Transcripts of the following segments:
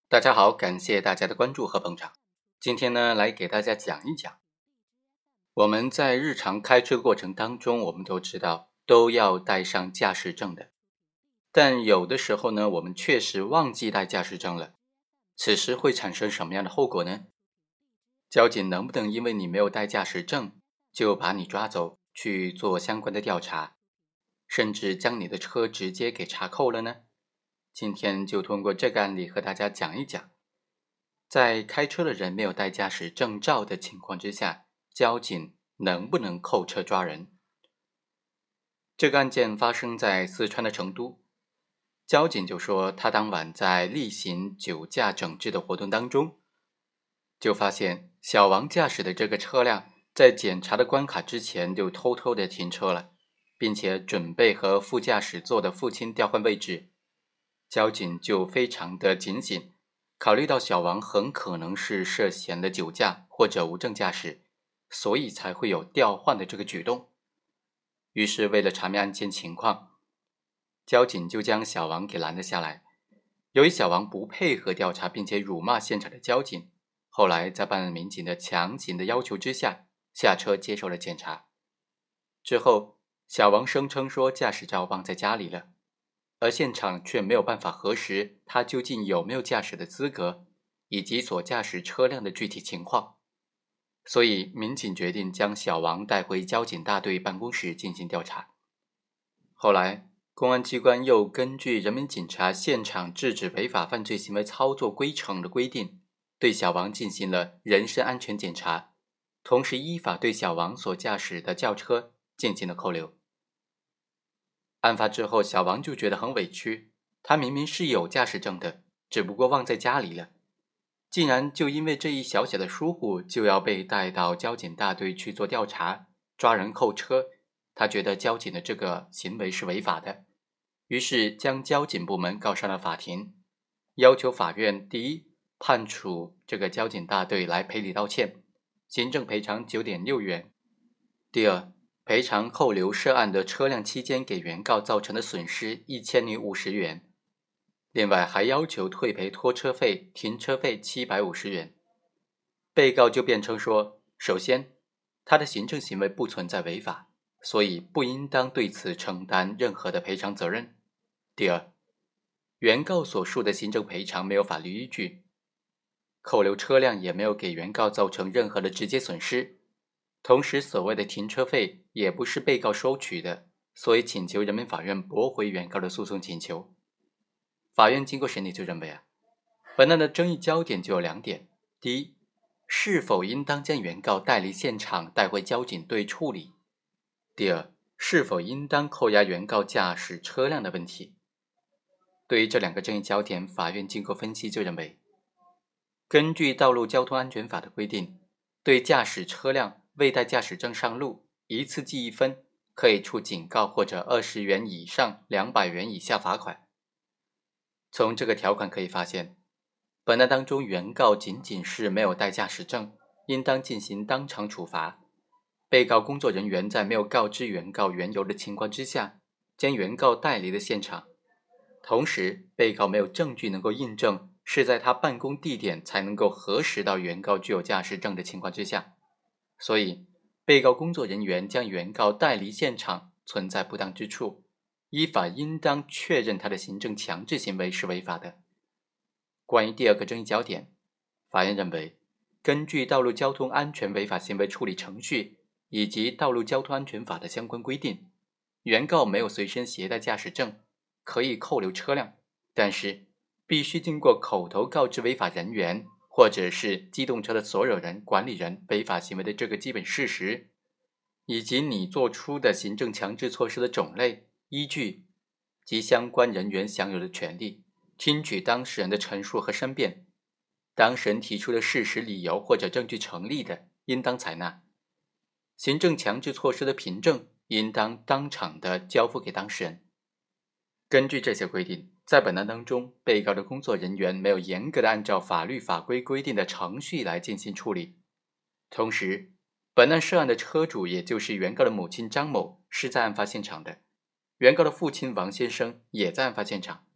大家好，感谢大家的关注和捧场。今天呢，来给大家讲一讲，我们在日常开车过程当中，我们都知道都要带上驾驶证的，但有的时候呢，我们确实忘记带驾驶证了，此时会产生什么样的后果呢？交警能不能因为你没有带驾驶证，就把你抓走去做相关的调查，甚至将你的车直接给查扣了呢？今天就通过这个案例和大家讲一讲，在开车的人没有带驾驶证照的情况之下，交警能不能扣车抓人？这个案件发生在四川的成都，交警就说他当晚在例行酒驾整治的活动当中，就发现小王驾驶的这个车辆在检查的关卡之前就偷偷的停车了，并且准备和副驾驶座的父亲调换位置。交警就非常的警醒，考虑到小王很可能是涉嫌的酒驾或者无证驾驶，所以才会有调换的这个举动。于是为了查明案件情况，交警就将小王给拦了下来。由于小王不配合调查，并且辱骂现场的交警，后来在办案民警的强行的要求之下，下车接受了检查。之后，小王声称说驾驶照忘在家里了，而现场却没有办法核实他究竟有没有驾驶的资格，以及所驾驶车辆的具体情况。所以民警决定将小王带回交警大队办公室进行调查。后来公安机关又根据人民警察现场制止违法犯罪行为操作规程的规定，对小王进行了人身安全检查，同时依法对小王所驾驶的轿车进行了扣留。案发之后，小王就觉得很委屈，他明明是有驾驶证的，只不过忘在家里了，竟然就因为这一小小的疏忽就要被带到交警大队去做调查，抓人扣车。他觉得交警的这个行为是违法的，于是将交警部门告上了法庭，要求法院第一，判处这个交警大队来赔礼道歉，行政赔偿9.6元；第二，赔偿扣留涉案的车辆期间给原告造成的损失1050元。另外还要求退赔拖车费、停车费750元。被告就辩称说，首先，他的行政行为不存在违法，所以不应当对此承担任何的赔偿责任。第二，原告所述的行政赔偿没有法律依据，扣留车辆也没有给原告造成任何的直接损失，同时所谓的停车费也不是被告收取的，所以请求人民法院驳回原告的诉讼请求。法院经过审理就认为本案的争议焦点就有2点：第一，是否应当将原告带离现场带回交警队处理；第二，是否应当扣押原告驾驶车辆的问题。对于这2个争议焦点，法院经过分析就认为，根据《道路交通安全法》的规定，对驾驶车辆未带驾驶证上路，一次记1分，可以处警告或者20元以上200元以下罚款。从这个条款可以发现，本案当中原告仅仅是没有带驾驶证，应当进行当场处罚。被告工作人员在没有告知原告缘由的情况之下，将原告带离了现场，同时被告没有证据能够印证是在他办公地点才能够核实到原告具有驾驶证的情况之下，所以被告工作人员将原告带离现场存在不当之处，依法应当确认他的行政强制行为是违法的。关于第2个争议焦点，法院认为，根据道路交通安全违法行为处理程序以及道路交通安全法的相关规定，原告没有随身携带驾驶证，可以扣留车辆，但是必须经过口头告知违法人员或者是机动车的所有人、管理人违法行为的这个基本事实，以及你做出的行政强制措施的种类、依据及相关人员享有的权利，听取当事人的陈述和申辩，当事人提出的事实理由或者证据成立的，应当采纳。行政强制措施的凭证应当当场的交付给当事人。根据这些规定，在本案当中，被告的工作人员没有严格的按照法律法规规定的程序来进行处理。同时，本案涉案的车主，也就是原告的母亲张某，是在案发现场的，原告的父亲王先生也在案发现场。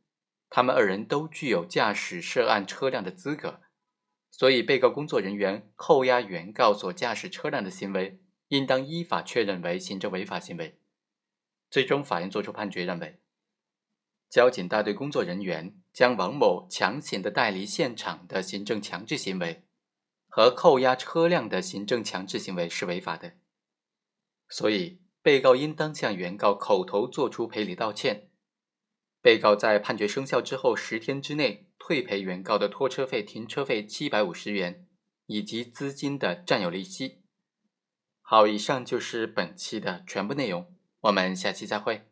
他们二人都具有驾驶涉案车辆的资格，所以被告工作人员扣押原告所驾驶车辆的行为，应当依法确认为行政违法行为。最终法院作出判决认为，交警大队工作人员将王某强行的带离现场的行政强制行为和扣押车辆的行政强制行为是违法的，所以被告应当向原告口头作出赔礼道歉。被告在判决生效之后10天之内退赔原告的拖车费、停车费750元以及资金的占有利息。好，以上就是本期的全部内容，我们下期再会。